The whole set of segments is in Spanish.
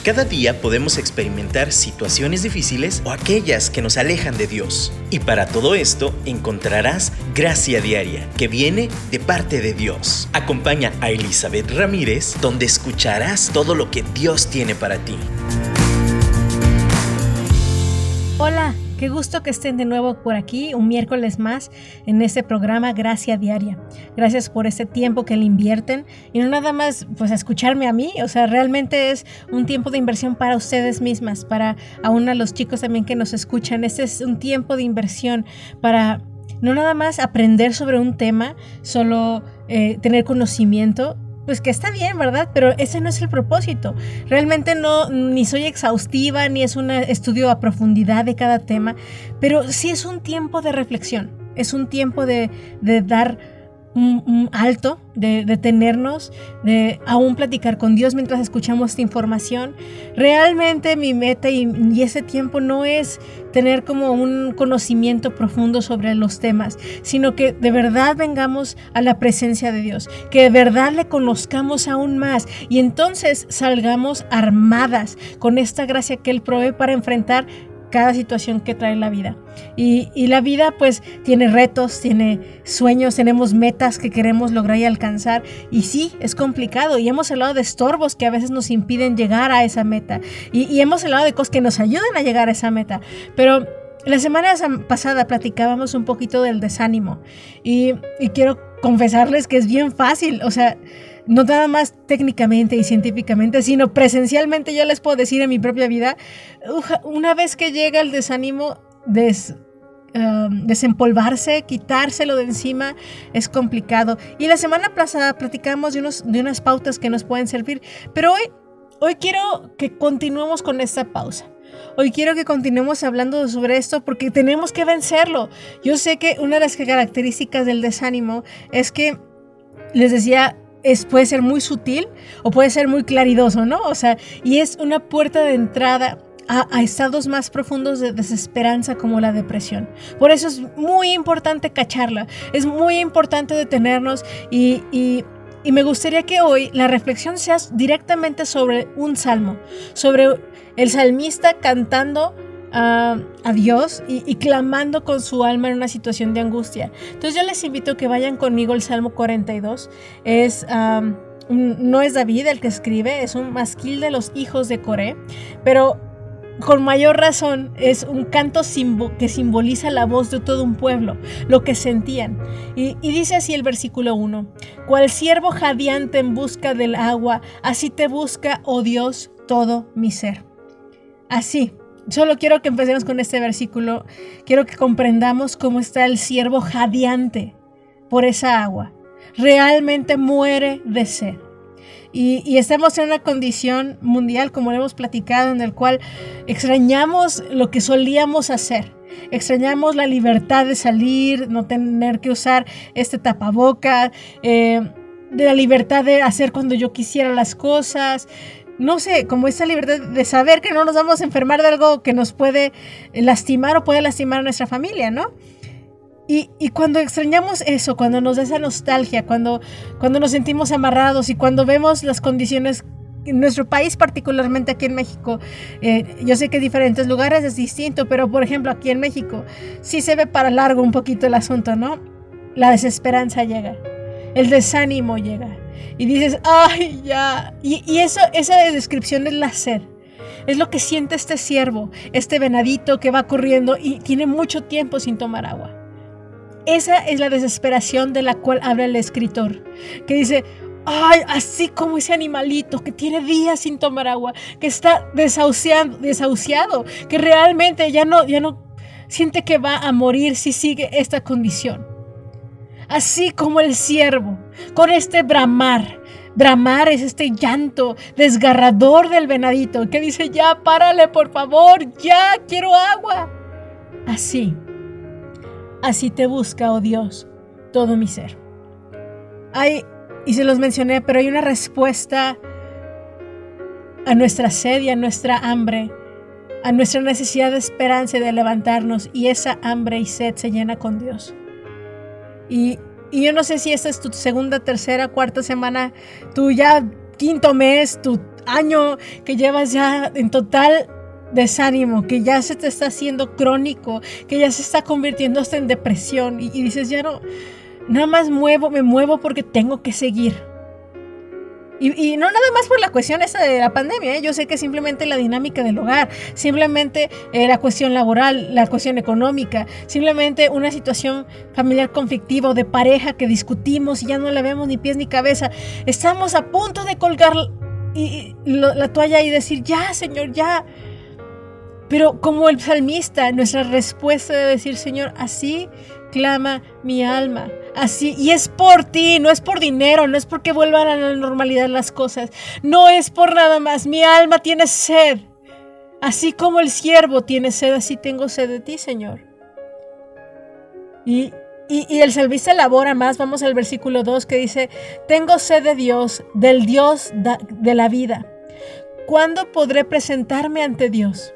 Cada día podemos experimentar situaciones difíciles o aquellas que nos alejan de Dios. Y para todo esto encontrarás gracia diaria que viene de parte de Dios. Acompaña a Elizabeth Ramírez, donde escucharás todo lo que Dios tiene para ti. Hola, qué gusto que estén de nuevo por aquí un miércoles más en este programa Gracia Diaria. Gracias por este tiempo que le invierten y no nada más pues a escucharme a mí, realmente es un tiempo de inversión para ustedes mismas, para aún a los chicos también que nos escuchan. Este es un tiempo de inversión para no nada más aprender sobre un tema, solo tener conocimiento. Pues que está bien, ¿verdad? Pero ese no es el propósito. Realmente no, ni soy exhaustiva, ni es un estudio a profundidad de cada tema, pero sí es un tiempo de reflexión. Es un tiempo de dar un alto, de detenernos, de aún platicar con Dios mientras escuchamos esta información. Realmente mi meta y ese tiempo no es tener como un conocimiento profundo sobre los temas, sino que de verdad vengamos a la presencia de Dios, que de verdad le conozcamos aún más y entonces salgamos armadas con esta gracia que Él provee para enfrentar cada situación que trae la vida. Y la vida pues tiene retos, tiene sueños, tenemos metas que queremos lograr y alcanzar. Y sí, es complicado. Y hemos hablado de estorbos que a veces nos impiden llegar a esa meta. Y hemos hablado de cosas que nos ayudan a llegar a esa meta. Pero la semana pasada platicábamos un poquito del desánimo. Y quiero confesarles que es bien fácil. No nada más técnicamente y científicamente, sino presencialmente yo les puedo decir en mi propia vida, una vez que llega el desánimo, desempolvarse, quitárselo de encima es complicado. Y la semana pasada platicamos de unas pautas que nos pueden servir, pero hoy quiero que continuemos con esta pausa. Hoy quiero que continuemos hablando sobre esto porque tenemos que vencerlo. Yo sé que una de las características del desánimo es que, les decía, puede ser muy sutil o puede ser muy claridoso, ¿no? Y es una puerta de entrada a estados más profundos de desesperanza como la depresión. Por eso es muy importante cacharla, es muy importante detenernos y me gustaría que hoy la reflexión sea directamente sobre un salmo, sobre el salmista cantando a Dios y clamando con su alma en una situación de angustia. Entonces yo les invito a que vayan conmigo al Salmo 42. No es David el que escribe, es un masquil de los hijos de Coré, pero con mayor razón es un canto que simboliza la voz de todo un pueblo, lo que sentían. Y dice así el versículo 1: Cual ciervo jadeante en busca del agua, así te busca, oh Dios, todo mi ser. Así. Solo quiero que empecemos con este versículo. Quiero que comprendamos cómo está el siervo jadeante por esa agua. Realmente muere de sed. Y estamos en una condición mundial, como lo hemos platicado, en el cual extrañamos lo que solíamos hacer. Extrañamos la libertad de salir, no tener que usar este tapaboca, de la libertad de hacer cuando yo quisiera las cosas. No sé, como esa libertad de saber que no nos vamos a enfermar de algo que nos puede lastimar o puede lastimar a nuestra familia, ¿no? Y cuando extrañamos eso, cuando nos da esa nostalgia, cuando nos sentimos amarrados y cuando vemos las condiciones en nuestro país, particularmente aquí en México, yo sé que en diferentes lugares es distinto, pero por ejemplo aquí en México sí se ve para largo un poquito el asunto, ¿no? La desesperanza llega, el desánimo llega. Y dices, ¡ay, ya! Y esa descripción es la sed. Es lo que siente este ciervo, este venadito que va corriendo y tiene mucho tiempo sin tomar agua. Esa es la desesperación de la cual habla el escritor, que dice, ¡ay! Así como ese animalito que tiene días sin tomar agua, que está desahuciado, que realmente ya no siente que va a morir si sigue esta condición. Así como el ciervo, con este bramar. Bramar es este llanto desgarrador del venadito que dice, ya, párale, por favor, ya, quiero agua. Así te busca, oh Dios, todo mi ser. Y se los mencioné, pero hay una respuesta a nuestra sed y a nuestra hambre, a nuestra necesidad de esperanza y de levantarnos, y esa hambre y sed se llena con Dios. Y yo no sé si esta es tu segunda, tercera, cuarta semana, tu ya quinto mes, tu año que llevas ya en total desánimo, que ya se te está haciendo crónico, que ya se está convirtiendo hasta en depresión y dices, ya no, nada más me muevo porque tengo que seguir. Y no nada más por la cuestión esa de la pandemia, yo sé que simplemente la dinámica del hogar, simplemente la cuestión laboral, la cuestión económica, simplemente una situación familiar conflictiva o de pareja que discutimos y ya no le vemos ni pies ni cabeza. Estamos a punto de colgar la toalla y decir, ya Señor, ya. Pero como el salmista, nuestra respuesta debe decir, Señor, así clama mi alma. Así, y es por ti, no es por dinero, no es porque vuelvan a la normalidad las cosas, no es por nada más. Mi alma tiene sed, así como el siervo tiene sed, así tengo sed de ti, Señor. Y el salmista elabora más. Vamos al versículo 2 que dice, tengo sed de Dios, del Dios de la vida. ¿Cuándo podré presentarme ante Dios?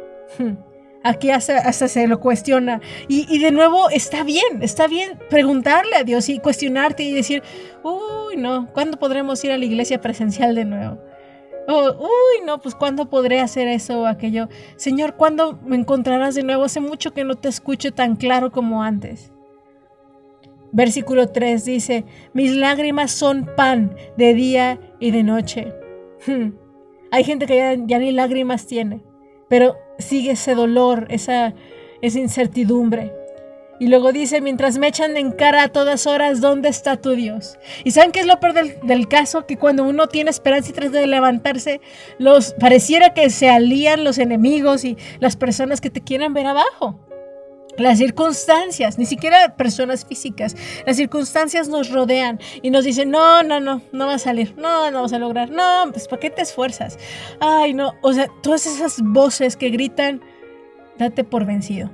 Aquí hasta se lo cuestiona. Y de nuevo está bien preguntarle a Dios y cuestionarte y decir, uy, no, ¿cuándo podremos ir a la iglesia presencial de nuevo? Uy, no, pues ¿cuándo podré hacer eso o aquello? Señor, ¿cuándo me encontrarás de nuevo? Hace mucho que no te escucho tan claro como antes. Versículo 3 dice, mis lágrimas son pan de día y de noche. Hay gente que ya ni lágrimas tiene, pero sigue ese dolor, esa incertidumbre. Y luego dice, mientras me echan en cara a todas horas, ¿dónde está tu Dios? ¿Y saben qué es lo peor del caso? Que cuando uno tiene esperanza y trata de levantarse, pareciera que se alían los enemigos y las personas que te quieren ver abajo. Las circunstancias, ni siquiera personas físicas, las circunstancias nos rodean y nos dicen, no va a salir, no vas a lograr, no, pues ¿para qué te esfuerzas? Ay, no, o sea, todas esas voces que gritan, date por vencido.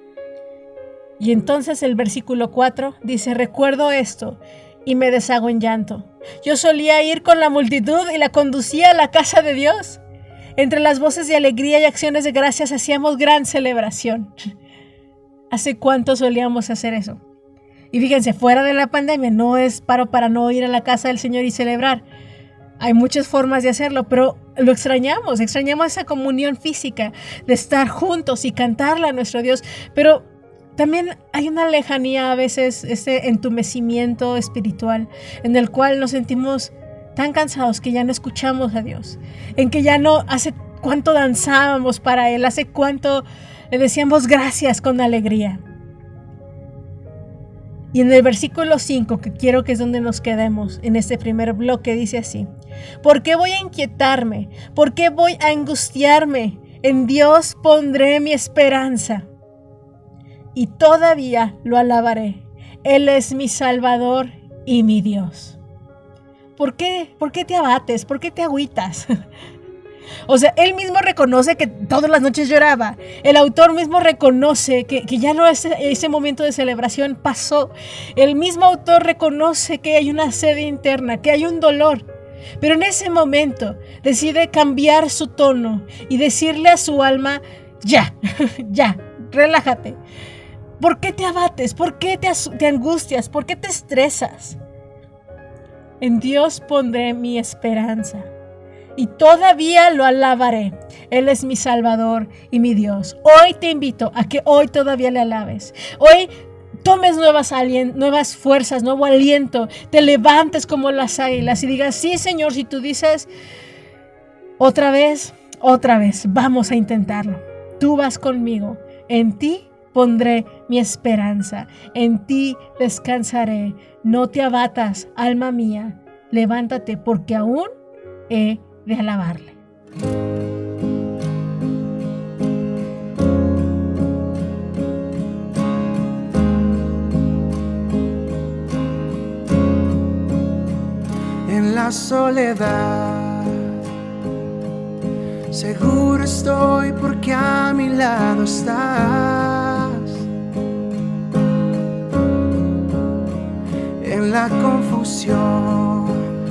Y entonces el versículo 4 dice, recuerdo esto y me deshago en llanto. Yo solía ir con la multitud y la conducía a la casa de Dios. Entre las voces de alegría y acciones de gracias hacíamos gran celebración. ¿Hace cuánto solíamos hacer eso? Y fíjense, fuera de la pandemia no es para no ir a la casa del Señor y celebrar. Hay muchas formas de hacerlo, pero lo extrañamos esa comunión física de estar juntos y cantarle a nuestro Dios. Pero también hay una lejanía a veces, ese entumecimiento espiritual en el cual nos sentimos tan cansados que ya no escuchamos a Dios. En que ya no, hace cuánto danzábamos para Él, hace cuánto le decíamos gracias con alegría. Y en el versículo 5, que quiero que es donde nos quedemos en este primer bloque, dice así, ¿por qué voy a inquietarme? ¿Por qué voy a angustiarme? En Dios pondré mi esperanza y todavía lo alabaré. Él es mi Salvador y mi Dios. ¿Por qué? ¿Por qué te abates? ¿Por qué te agüitas? O sea, él mismo reconoce que todas las noches lloraba. El autor mismo reconoce que ya no ese momento de celebración pasó. El mismo autor reconoce que hay una sed interna, que hay un dolor. Pero en ese momento decide cambiar su tono y decirle a su alma, ya, relájate. ¿Por qué te abates? ¿Por qué te angustias? ¿Por qué te estresas? En Dios pondré mi esperanza y todavía lo alabaré. Él es mi Salvador y mi Dios. Hoy te invito a que hoy todavía le alabes. Hoy tomes nuevas fuerzas, nuevo aliento. Te levantes como las águilas y digas, sí, Señor, si tú dices otra vez, vamos a intentarlo. Tú vas conmigo. En ti pondré mi esperanza. En ti descansaré. No te abatas, alma mía. Levántate, porque aún he de alabarle. En la soledad, seguro estoy porque a mi lado estás. En la confusión,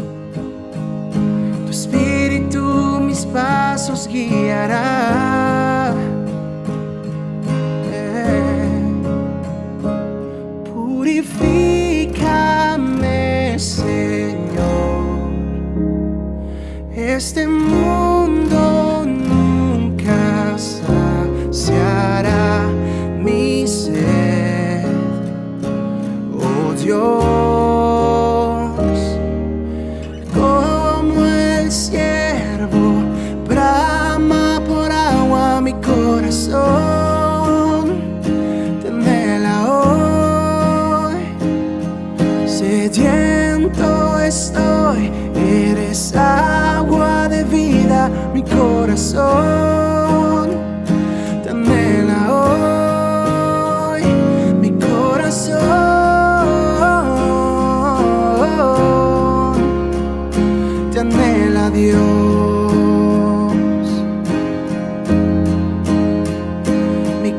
tu espíritu mis pasos guiará. Purifícame, Señor, este mi sed, oh Dios. Como el ciervo brama por agua mi corazón, te anhela hoy. Sediento estoy, eres agua de vida, mi corazón te anhela hoy, mi corazón te anhela, Dios. Mi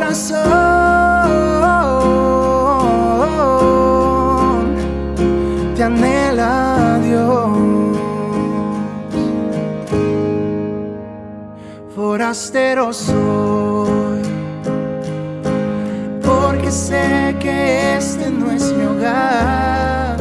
corazón te anhela, Dios. Forastero soy, porque sé que este no es mi hogar.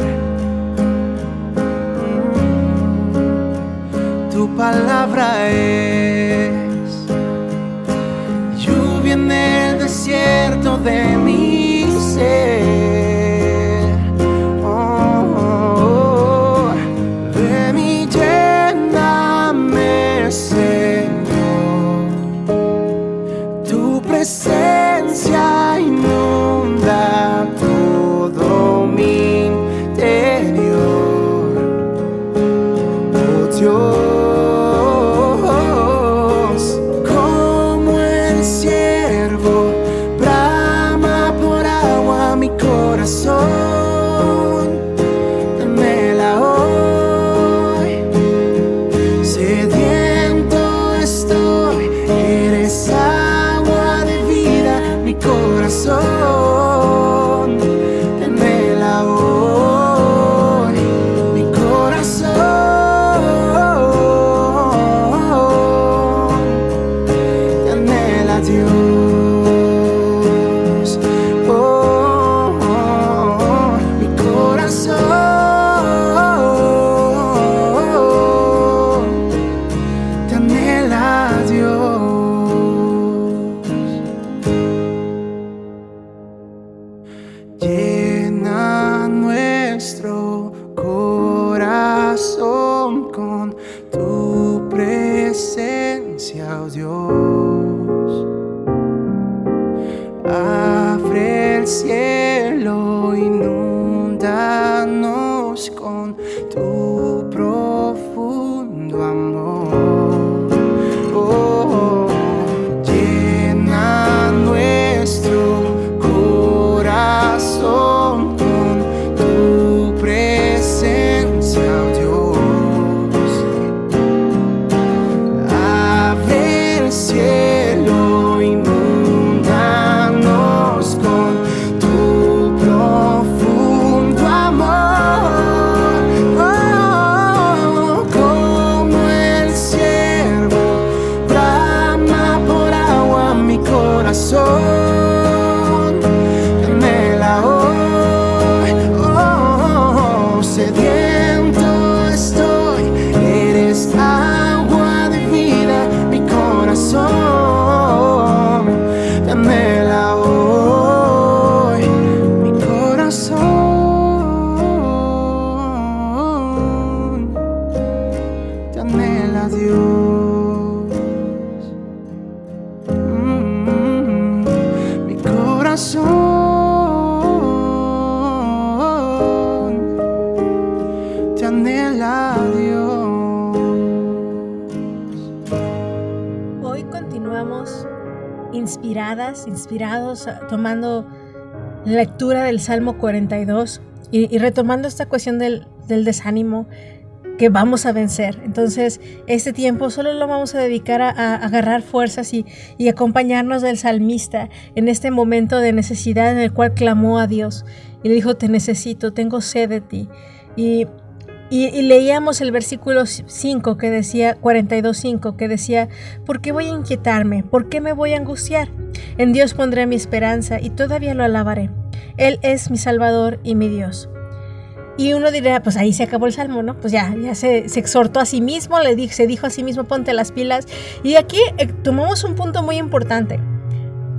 Tu palabra es lluvia en el desierto de mi ser. Oh, de mi lléname, Señor. Tu presencia inunda todo mi interior. Oh Dios. Corazón, anhela hoy. Sediento estoy, eres agua de vida, mi corazón te anhela hoy, mi corazón te anhela, Dios. Llena nuestro corazón con tu presencia, oh Dios. Abre el cielo, inúndanos con tu profundo amor. Oh, llena nuestro corazón con tu presencia, oh Dios. Abre el cielo, inúndanos con tu profundo amor. Oh, como el ciervo brama por agua mi corazón. Sediento estoy, eres agua de vida, mi corazón te anhela hoy, mi corazón te anhela, Dios. Mi corazón te anhela, Dios. Hoy continuamos inspirados, tomando la lectura del Salmo 42 y retomando esta cuestión del desánimo, que vamos a vencer. Entonces, este tiempo solo lo vamos a dedicar a agarrar fuerzas y acompañarnos del salmista en este momento de necesidad en el cual clamó a Dios y le dijo: te necesito, tengo sed de ti. Y leíamos el versículo 5 que decía, 42:5, que decía: ¿por qué voy a inquietarme? ¿Por qué me voy a angustiar? En Dios pondré mi esperanza y todavía lo alabaré. Él es mi Salvador y mi Dios. Y uno dirá, pues ahí se acabó el salmo, ¿no? Pues ya se exhortó a sí mismo, se dijo a sí mismo: ponte las pilas. Y aquí tomamos un punto muy importante. Tú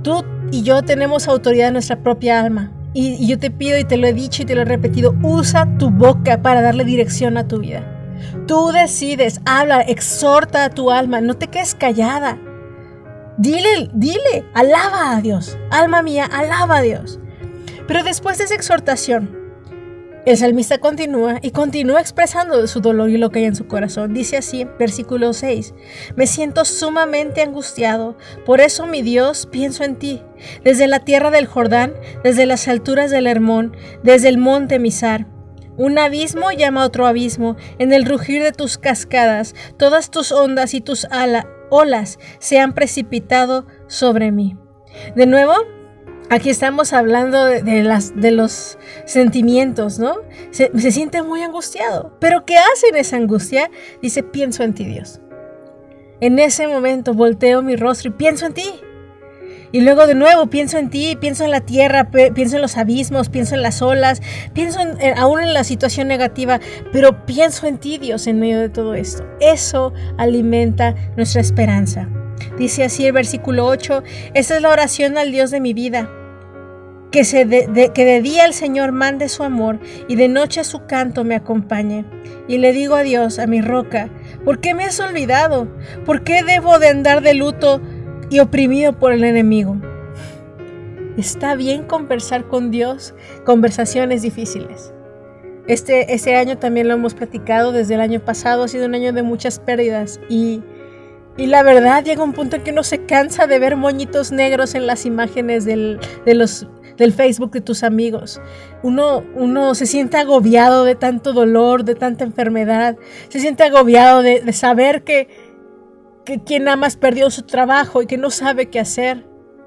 y yo tenemos autoridad en nuestra propia alma. Y yo te pido y te lo he dicho y te lo he repetido, usa tu boca para darle dirección a tu vida. Tú decides, habla, exhorta a tu alma, no te quedes callada. Dile, alaba a Dios. Alma mía, alaba a Dios. Pero después de esa exhortación, el salmista continúa expresando su dolor y lo que hay en su corazón. Dice así, versículo 6, me siento sumamente angustiado, por eso mi Dios pienso en ti. Desde la tierra del Jordán, desde las alturas del Hermón, desde el monte Mizar. Un abismo llama a otro abismo, en el rugir de tus cascadas, todas tus ondas y tus olas se han precipitado sobre mí. De nuevo, aquí estamos hablando de los sentimientos, ¿no? Se siente muy angustiado. ¿Pero qué hace en esa angustia? Dice, pienso en ti, Dios. En ese momento volteo mi rostro y pienso en ti. Y luego de nuevo pienso en ti, pienso en la tierra, pienso en los abismos, pienso en las olas, pienso aún en la situación negativa, pero pienso en ti, Dios, en medio de todo esto. Eso alimenta nuestra esperanza. Dice así el versículo 8, esta es la oración al Dios de mi vida, que de día el Señor mande su amor y de noche su canto me acompañe. Y le digo a Dios, a mi roca, ¿por qué me has olvidado? ¿Por qué debo de andar de luto y oprimido por el enemigo? Está bien conversar con Dios, conversaciones difíciles. Este año también lo hemos platicado, desde el año pasado ha sido un año de muchas pérdidas y la verdad llega un punto en que uno se cansa de ver moñitos negros en las imágenes del Facebook de tus amigos. Uno se siente agobiado de tanto dolor, de tanta enfermedad, se siente agobiado de saber que quien amas perdió su trabajo y que no sabe qué hacer.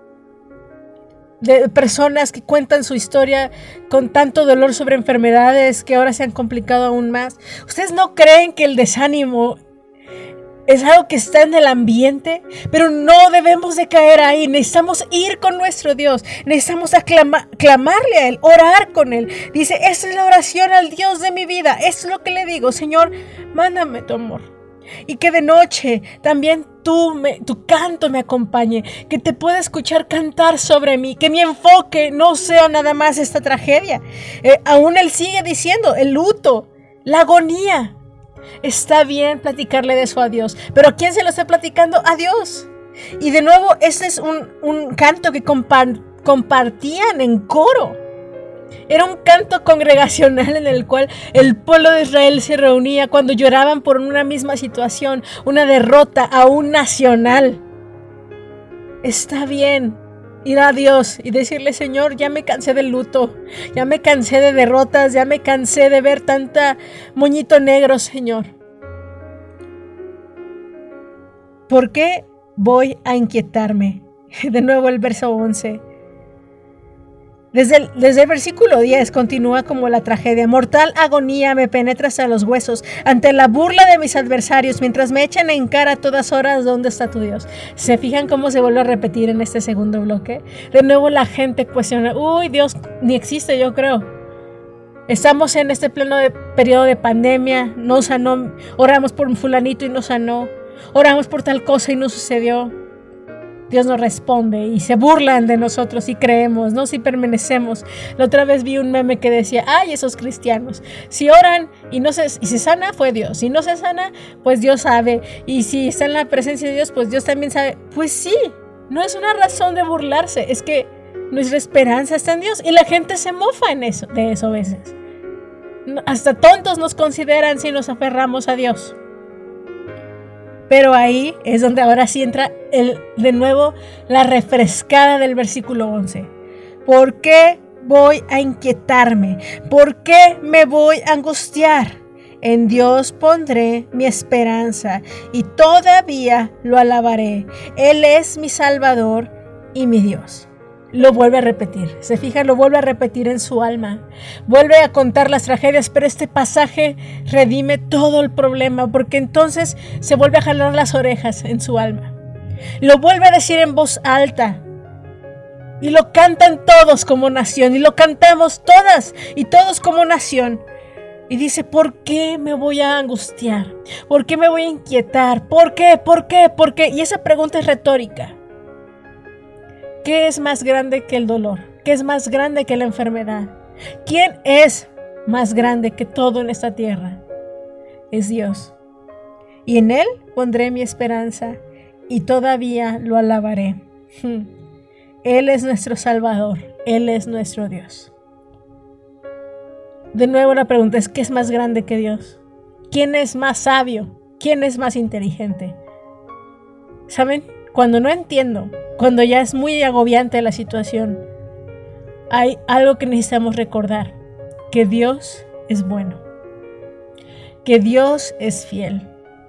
De personas que cuentan su historia con tanto dolor sobre enfermedades que ahora se han complicado aún más. ¿Ustedes no creen que el desánimo es algo que está en el ambiente? Pero no debemos de caer ahí. Necesitamos ir con nuestro Dios. Necesitamos clamarle a Él, orar con Él. Dice, esta es la oración al Dios de mi vida. Esto es lo que le digo, Señor, mándame tu amor. Y que de noche también tu canto me acompañe, que te pueda escuchar cantar sobre mí, que mi enfoque no sea nada más esta tragedia. Aún él sigue diciendo, el luto, la agonía. Está bien platicarle de eso a Dios, pero ¿a quién se lo está platicando? A Dios. Y de nuevo, este es un canto que compartían en coro. Era un canto congregacional en el cual el pueblo de Israel se reunía cuando lloraban por una misma situación, una derrota aún nacional. Está bien ir a Dios y decirle, Señor, ya me cansé del luto, ya me cansé de derrotas, ya me cansé de ver tanta moñito negro, Señor. ¿Por qué voy a inquietarme? De nuevo el verso 11. Desde el versículo 10 continúa como la tragedia. Mortal agonía me penetra hasta los huesos ante la burla de mis adversarios, mientras me echan en cara a todas horas, ¿dónde está tu Dios? ¿Se fijan cómo se vuelve a repetir en este segundo bloque? De nuevo la gente cuestiona, Dios ni existe, yo creo. Estamos en este pleno periodo de pandemia, no sanó, oramos por un fulanito y no sanó, oramos por tal cosa y no sucedió. Dios nos responde y se burlan de nosotros si creemos, no si permanecemos. La otra vez vi un meme que decía, ay, esos cristianos, si oran y se sana, fue Dios. Si no se sana, pues Dios sabe. Y si está en la presencia de Dios, pues Dios también sabe. Pues sí, no es una razón de burlarse, es que nuestra esperanza está en Dios. Y la gente se mofa de eso a veces. Hasta tontos nos consideran si nos aferramos a Dios. Pero ahí es donde ahora sí entra de nuevo la refrescada del versículo 11. ¿Por qué voy a inquietarme? ¿Por qué me voy a angustiar? En Dios pondré mi esperanza y todavía lo alabaré. Él es mi Salvador y mi Dios. Lo vuelve a repetir, se fijan, lo vuelve a repetir en su alma. Vuelve a contar las tragedias, pero este pasaje redime todo el problema, porque entonces se vuelve a jalar las orejas en su alma. Lo vuelve a decir en voz alta. Y lo cantan todos como nación, y lo cantamos todas y todos como nación. Y dice, ¿por qué me voy a angustiar? ¿Por qué me voy a inquietar? ¿Por qué? ¿Por qué? ¿Por qué? Y esa pregunta es retórica. ¿Qué es más grande que el dolor? ¿Qué es más grande que la enfermedad? ¿Quién es más grande que todo en esta tierra? Es Dios. Y en Él pondré mi esperanza y todavía lo alabaré. Él es nuestro Salvador. Él es nuestro Dios. De nuevo la pregunta es, ¿qué es más grande que Dios? ¿Quién es más sabio? ¿Quién es más inteligente? ¿Saben? Cuando no entiendo, cuando ya es muy agobiante la situación, hay algo que necesitamos recordar, que Dios es bueno, que Dios es fiel.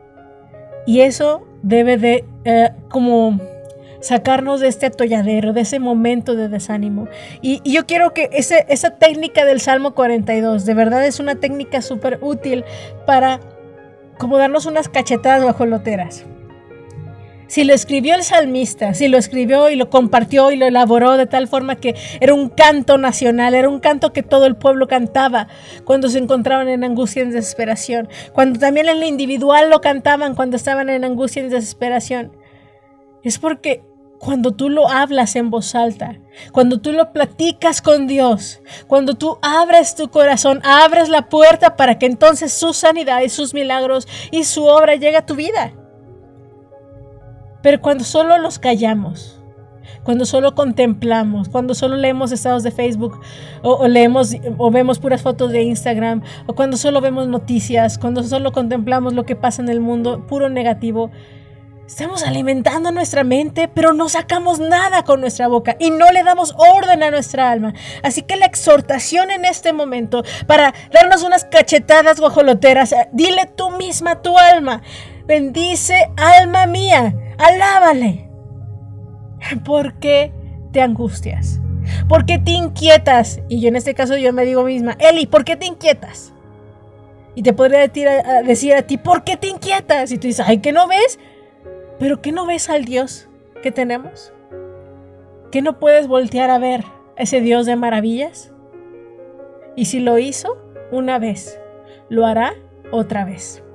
Y eso debe de como sacarnos de este atolladero, de ese momento de desánimo. Y yo quiero que esa técnica del Salmo 42, de verdad es una técnica súper útil para como darnos unas cachetadas guajoloteras. Si lo escribió el salmista, si lo escribió y lo compartió y lo elaboró de tal forma que era un canto nacional, era un canto que todo el pueblo cantaba cuando se encontraban en angustia y en desesperación, cuando también en lo individual lo cantaban cuando estaban en angustia y en desesperación, es porque cuando tú lo hablas en voz alta, cuando tú lo platicas con Dios, cuando tú abres tu corazón, abres la puerta para que entonces su sanidad y sus milagros y su obra llegue a tu vida. Pero cuando solo los callamos, cuando solo contemplamos, cuando solo leemos estados de Facebook o leemos o vemos puras fotos de Instagram, o cuando solo vemos noticias, cuando solo contemplamos lo que pasa en el mundo, puro negativo, estamos alimentando nuestra mente, pero no sacamos nada con nuestra boca y no le damos orden a nuestra alma. Así que la exhortación en este momento, para darnos unas cachetadas guajoloteras, dile tú misma a tu alma: bendice, alma mía, alábale. ¿Por qué te angustias? ¿Por qué te inquietas? Y yo en este caso yo me digo misma: Eli, ¿por qué te inquietas? Y te podría decir a ti: ¿por qué te inquietas? Y tú dices: ay, ¿qué no ves? ¿Pero qué no ves al Dios que tenemos? ¿Qué no puedes voltear a ver ese Dios de maravillas? Y si lo hizo una vez, lo hará otra vez.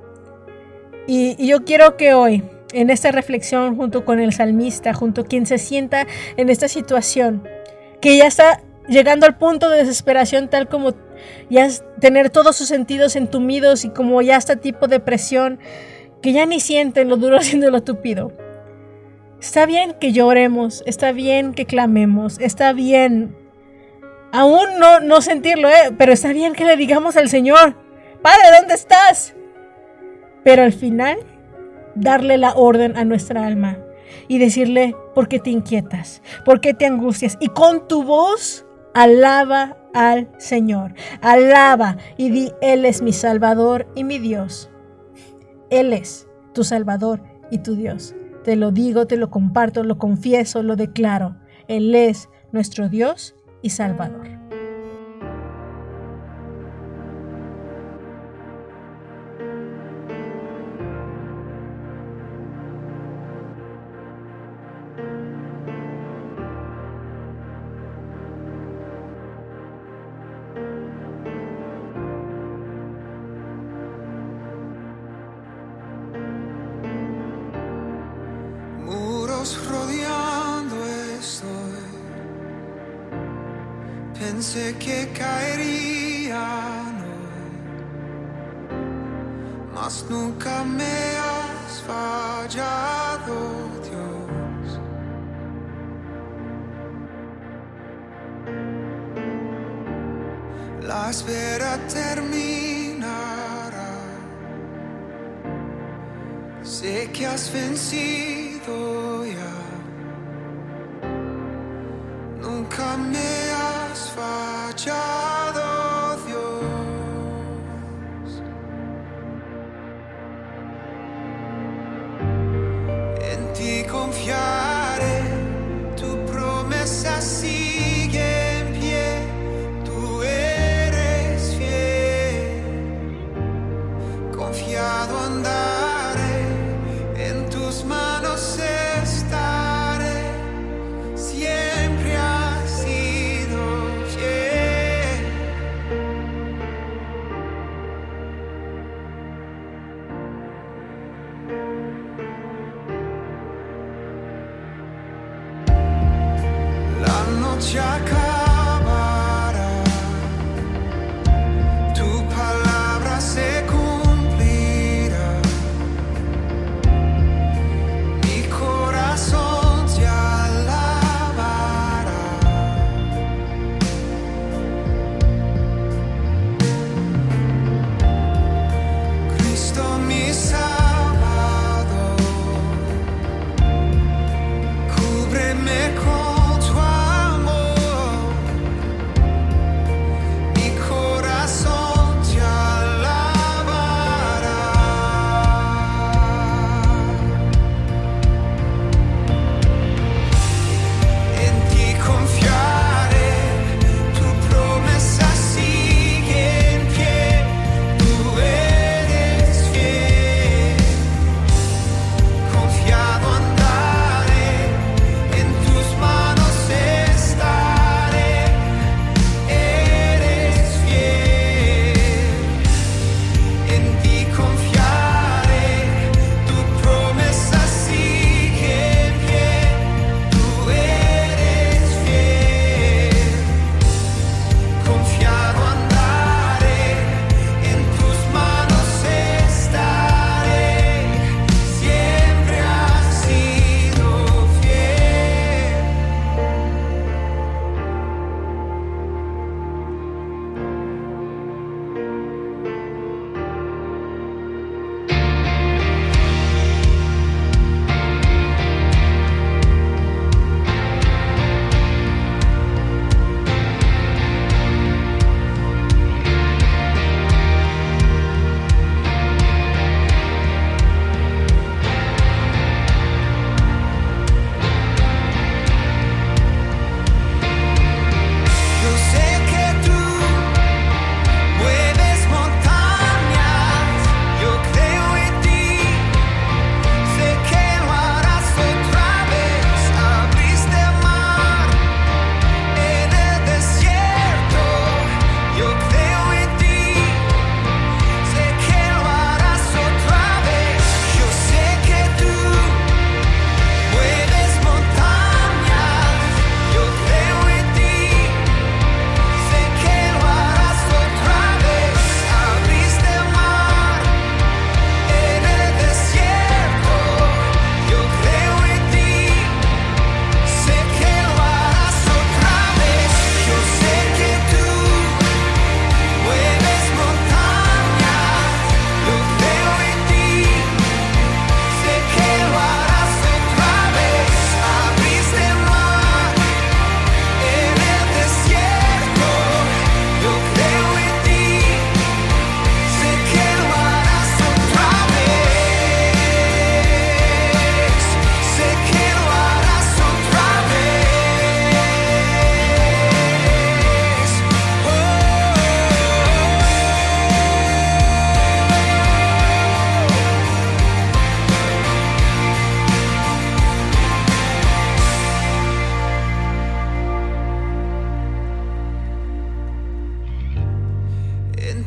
Y yo quiero que hoy, en esta reflexión, junto con el salmista, junto a quien se sienta en esta situación, que ya está llegando al punto de desesperación, tal como ya es tener todos sus sentidos entumidos y como ya está tipo depresión, que ya ni sienten lo duro haciendo lo tupido. Está bien que lloremos, está bien que clamemos, está bien aún no sentirlo, pero está bien que le digamos al Señor: Padre, ¿dónde estás? Pero al final, darle la orden a nuestra alma y decirle: ¿por qué te inquietas? ¿Por qué te angustias? Y con tu voz, alaba al Señor. Alaba y di: Él es mi Salvador y mi Dios. Él es tu Salvador y tu Dios. Te lo digo, te lo comparto, lo confieso, lo declaro. Él es nuestro Dios y Salvador. Rodeando estoy, pensé que caerían hoy, mas nunca me has fallado, Dios. La espera terminará, sé que has vencido ya. Nunca me has fallado, Dios. En ti confiaré, tu promesa sigue en pie, tú eres fiel. Confiado andaré, en tus manos estaré, siempre así.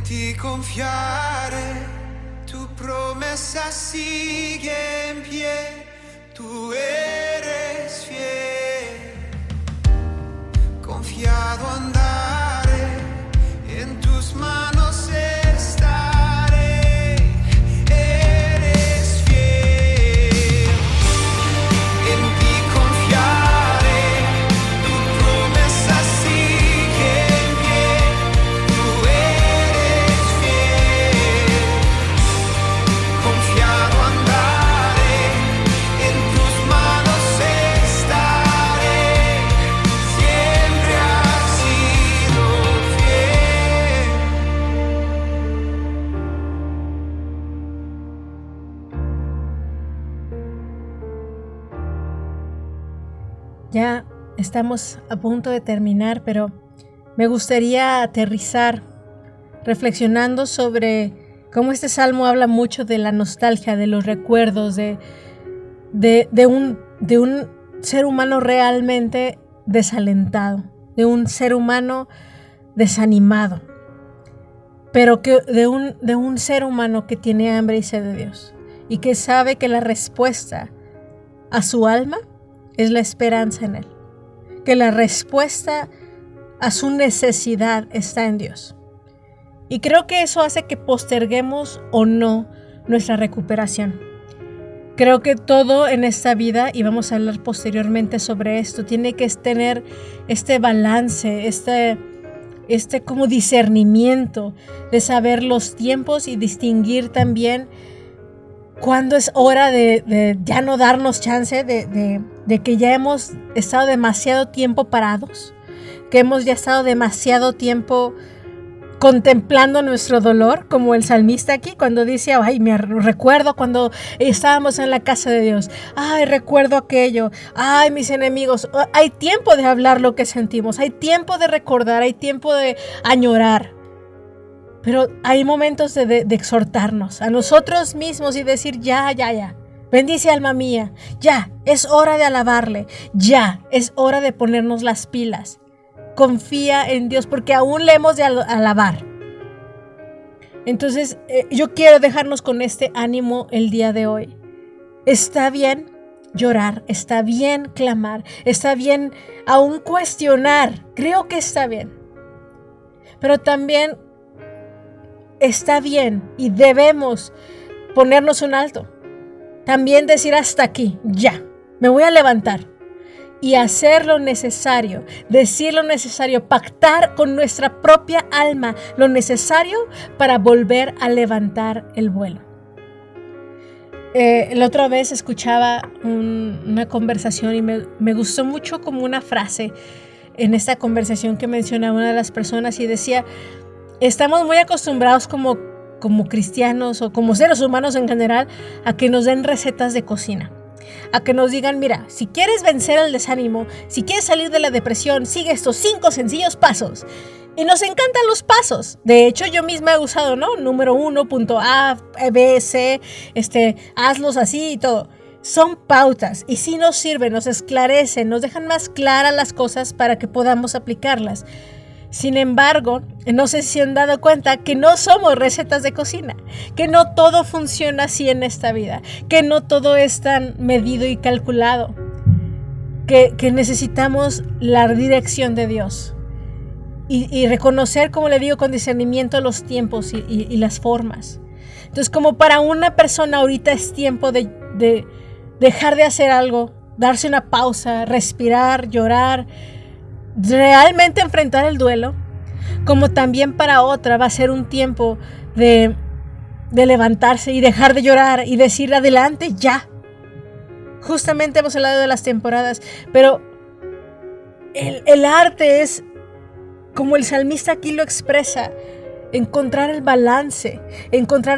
ti confiare, tu promesa sigue en pie, tú eres fiel. Confiado andaré, en tus manos estaré, eres fiel. En ti confiaré, tu promesa sigue en pie, tú eres fiel. Confiado andaré, en tus manos estaré, siempre has sido fiel. Ya estamos a punto de terminar, pero me gustaría aterrizar reflexionando sobre cómo este salmo habla mucho de la nostalgia, de los recuerdos, de un ser humano realmente desalentado, de un ser humano desanimado, pero que de un ser humano que tiene hambre y sed de Dios y que sabe que la respuesta a su alma es la esperanza en Él, que la respuesta a su necesidad está en Dios. Y creo que eso hace que posterguemos o no nuestra recuperación. Creo que todo en esta vida, y vamos a hablar posteriormente sobre esto, tiene que tener este balance, este como discernimiento de saber los tiempos y distinguir también cuándo es hora de ya no darnos chance, de que ya hemos estado demasiado tiempo parados, que hemos ya estado demasiado tiempo contemplando nuestro dolor, como el salmista aquí cuando dice, ay, me recuerdo cuando estábamos en la casa de Dios, ay, recuerdo aquello, ay, mis enemigos. Hay tiempo de hablar lo que sentimos, hay tiempo de recordar, hay tiempo de añorar, pero hay momentos de exhortarnos a nosotros mismos y decir, ya, bendice alma mía, ya, es hora de alabarle, ya, es hora de ponernos las pilas. Confía en Dios porque aún le hemos de alabar. Entonces, yo quiero dejarnos con este ánimo el día de hoy. Está bien llorar, está bien clamar, está bien aún cuestionar. Creo que está bien. Pero también está bien y debemos ponernos un alto. También decir hasta aquí, ya, me voy a levantar. Y hacer lo necesario, decir lo necesario, pactar con nuestra propia alma lo necesario para volver a levantar el vuelo. La otra vez escuchaba una conversación y me gustó mucho como una frase en esta conversación que mencionaba una de las personas y decía, estamos muy acostumbrados como cristianos o como seres humanos en general a que nos den recetas de cocina. A que nos digan, mira, si quieres vencer el desánimo, si quieres salir de la depresión, sigue estos 5 sencillos pasos. Y nos encantan los pasos. De hecho, yo misma he usado, ¿no? Número 1, punto A, B, C, hazlos así y todo. Son pautas y sí nos sirven, nos esclarecen, nos dejan más claras las cosas para que podamos aplicarlas. Sin embargo, no sé si se han dado cuenta que no somos recetas de cocina, que no todo funciona así en esta vida, que no todo es tan medido y calculado, que necesitamos la dirección de Dios y reconocer, como le digo, con discernimiento los tiempos y las formas. Entonces, como para una persona ahorita es tiempo de dejar de hacer algo, darse una pausa, respirar, llorar, realmente enfrentar el duelo, como también para otra va a ser un tiempo de levantarse y dejar de llorar y decir adelante ya. Justamente hemos hablado de las temporadas, pero el arte es, como el salmista aquí lo expresa, encontrar el balance, encontrar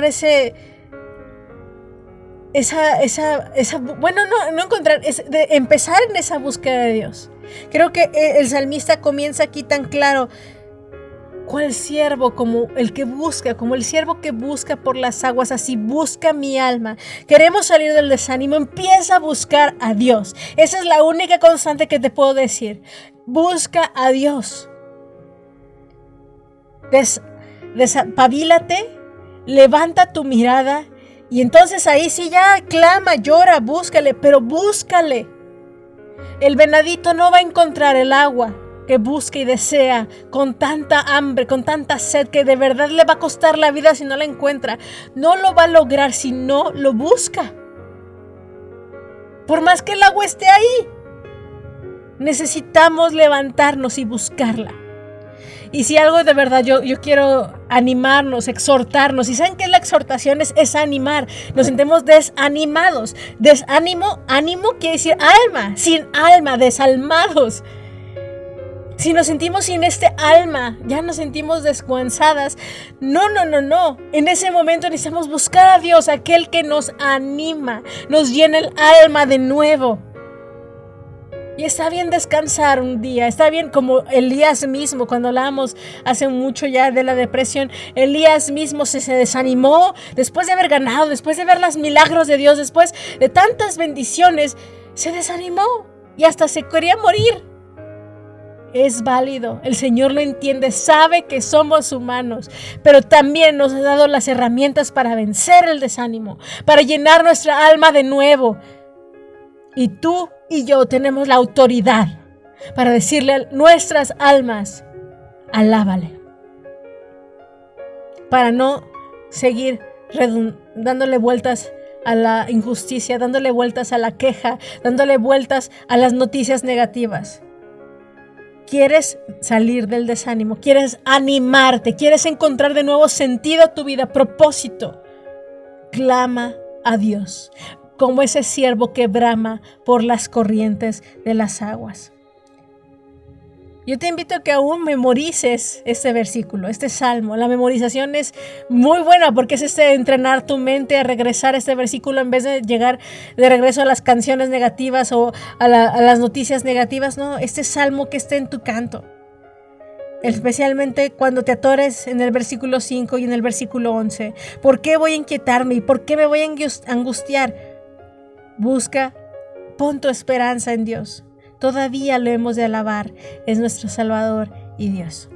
empezar en esa búsqueda de Dios. Creo que el salmista comienza aquí tan claro, cual siervo como el siervo que busca por las aguas, así busca mi alma. Queremos salir del desánimo, empieza a buscar a Dios. Esa es la única constante que te puedo decir. Busca a Dios. Pavílate, levanta tu mirada y entonces ahí sí ya clama, llora, búscale, pero búscale. El venadito no va a encontrar el agua que busca y desea con tanta hambre, con tanta sed, que de verdad le va a costar la vida si no la encuentra. No lo va a lograr si no lo busca. Por más que el agua esté ahí, necesitamos levantarnos y buscarla. Y si algo de verdad yo quiero animarnos, exhortarnos. ¿Y saben qué es la exhortación? Es animar. Nos sentimos desanimados. Ánimo quiere decir alma. Sin alma, desalmados. Si nos sentimos sin este alma, ya nos sentimos desguanzadas. No. En ese momento necesitamos buscar a Dios, aquel que nos anima, nos llena el alma de nuevo. Y está bien descansar un día, está bien, como Elías mismo, cuando hablábamos hace mucho ya de la depresión, Elías mismo se desanimó después de haber ganado, después de ver los milagros de Dios, después de tantas bendiciones, se desanimó y hasta se quería morir. Es válido, el Señor lo entiende, sabe que somos humanos, pero también nos ha dado las herramientas para vencer el desánimo, para llenar nuestra alma de nuevo. Y tú y yo tenemos la autoridad para decirle a nuestras almas, alábale. Para no seguir dándole vueltas a la injusticia, dándole vueltas a la queja, dándole vueltas a las noticias negativas. ¿Quieres salir del desánimo? ¿Quieres animarte? ¿Quieres encontrar de nuevo sentido a tu vida, propósito? Clama a Dios, como ese ciervo que brama por las corrientes de las aguas. Yo te invito a que aún memorices este versículo, este salmo. La memorización es muy buena porque es entrenar tu mente a regresar a este versículo en vez de llegar de regreso a las canciones negativas o a las noticias negativas. No, este salmo que esté en tu canto. Especialmente cuando te atores en el versículo 5 y en el versículo 11. ¿Por qué voy a inquietarme y por qué me voy a angustiar? Busca, pon tu esperanza en Dios. Todavía lo hemos de alabar, es nuestro Salvador y Dios.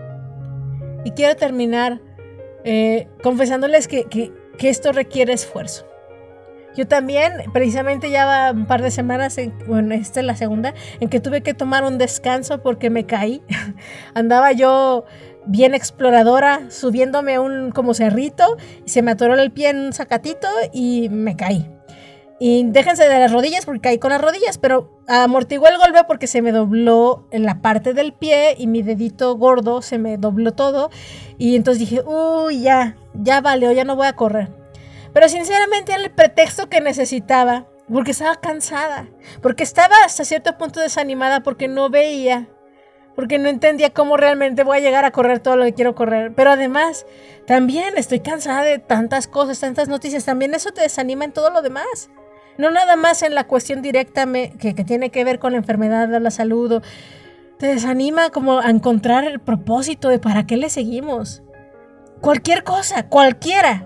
Y quiero terminar confesándoles que esto requiere esfuerzo. Yo también, precisamente ya va un par de semanas, esta es la segunda, en que tuve que tomar un descanso porque me caí. Andaba yo bien exploradora, subiéndome un como cerrito, y se me atoró el pie en un zacatito y me caí. Y déjense de las rodillas porque caí con las rodillas, pero amortiguó el golpe porque se me dobló en la parte del pie y mi dedito gordo se me dobló todo. Y entonces dije, ya valió, ya no voy a correr. Pero sinceramente era el pretexto que necesitaba, porque estaba cansada, porque estaba hasta cierto punto desanimada, porque no veía, porque no entendía cómo realmente voy a llegar a correr todo lo que quiero correr. Pero además, también estoy cansada de tantas cosas, tantas noticias. También eso te desanima en todo lo demás. No nada más en la cuestión directa que tiene que ver con la enfermedad de la salud. Te desanima como a encontrar el propósito de para qué le seguimos. Cualquier cosa, cualquiera.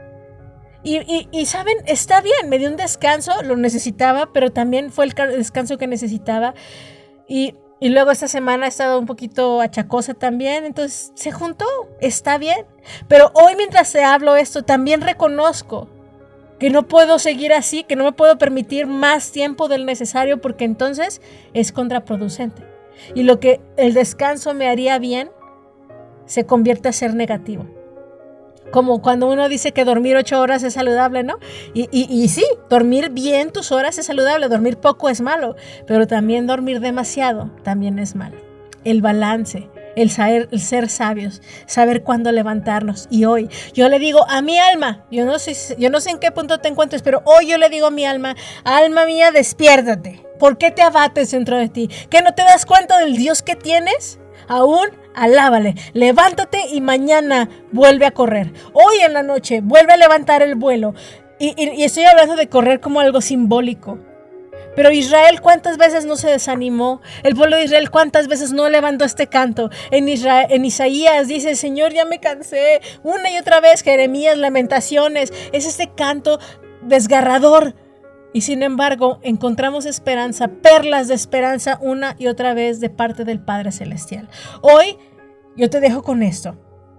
Y saben, está bien, me dio un descanso, lo necesitaba, pero también fue el descanso que necesitaba. Y luego esta semana he estado un poquito achacosa también, entonces se juntó, está bien. Pero hoy mientras te hablo esto, también reconozco que no puedo seguir así, que no me puedo permitir más tiempo del necesario porque entonces es contraproducente. Y lo que el descanso me haría bien se convierte a ser negativo. Como cuando uno dice que dormir 8 horas es saludable, ¿no? Y sí, dormir bien tus horas es saludable, dormir poco es malo, pero también dormir demasiado también es malo. El balance, el ser sabios, saber cuándo levantarnos. Y hoy yo le digo a mi alma, yo no sé en qué punto te encuentres, pero hoy yo le digo a mi alma, alma mía, despiértate. ¿Por qué te abates dentro de ti? ¿Que no te das cuenta del Dios que tienes? Aún alábale, levántate y mañana vuelve a correr. Hoy en la noche vuelve a levantar el vuelo. Y estoy hablando de correr como algo simbólico. Pero Israel, ¿cuántas veces no se desanimó? El pueblo de Israel, ¿cuántas veces no levantó este canto? En Isaías dice, Señor, ya me cansé. Una y otra vez, Jeremías, Lamentaciones. Es este canto desgarrador. Y sin embargo, encontramos esperanza, perlas de esperanza una y otra vez de parte del Padre Celestial. Hoy, yo te dejo con esto.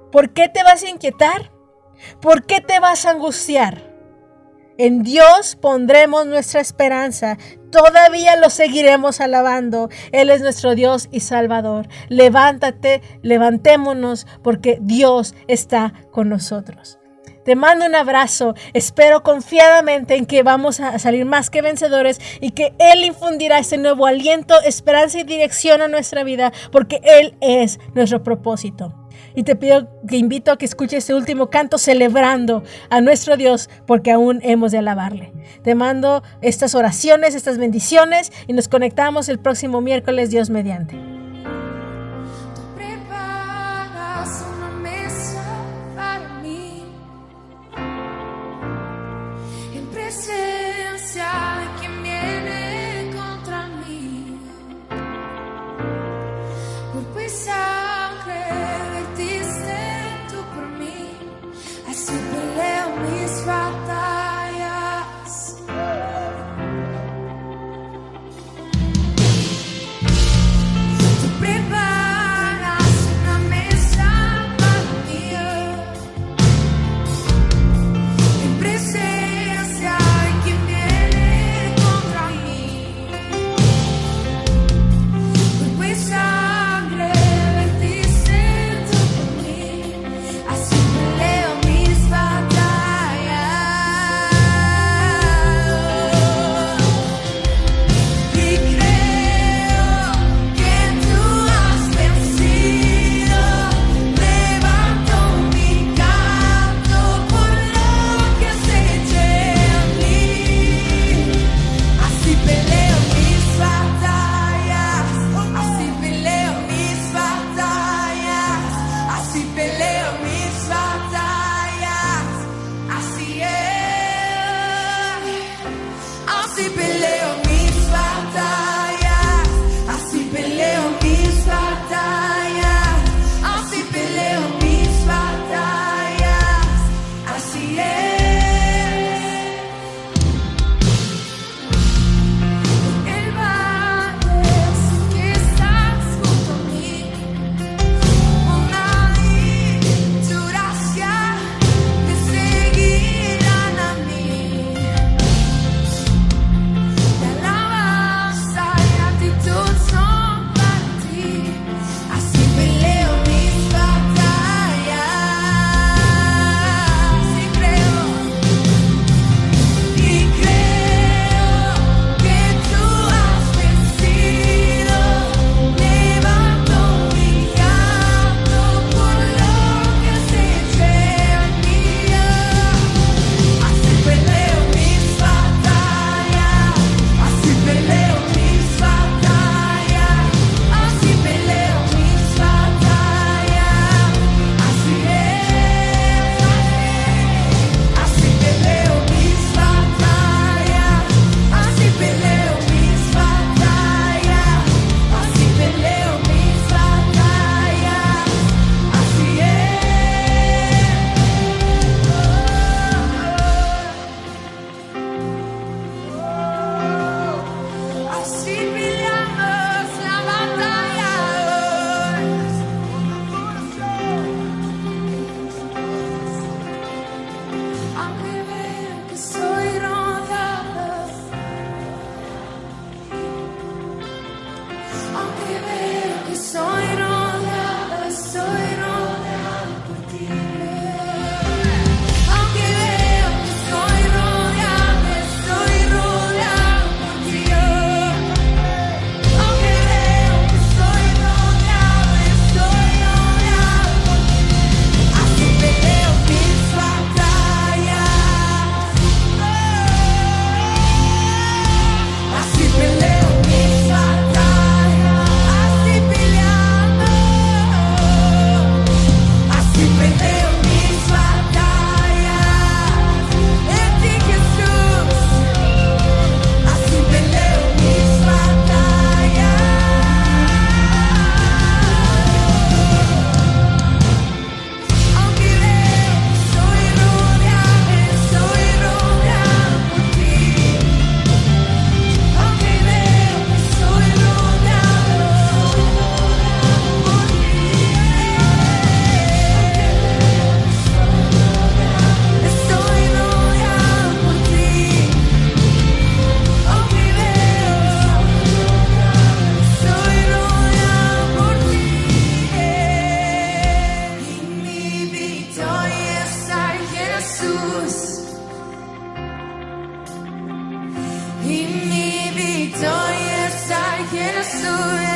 ¿Por qué te vas a inquietar? ¿Por qué te vas a angustiar? En Dios pondremos nuestra esperanza. Todavía lo seguiremos alabando. Él es nuestro Dios y Salvador. Levántate, levantémonos, porque Dios está con nosotros. Te mando un abrazo. Espero confiadamente en que vamos a salir más que vencedores y que Él infundirá este nuevo aliento, esperanza y dirección a nuestra vida, porque Él es nuestro propósito. Y te invito a que escuches este último canto celebrando a nuestro Dios, porque aún hemos de alabarle. Te mando estas oraciones, estas bendiciones, y nos conectamos el próximo miércoles, Dios mediante. Tú preparas una mesa para mí, en presencia de quien viene contra mí. Cuerpo y sangre así peleo mis batallas. Tú lleno soy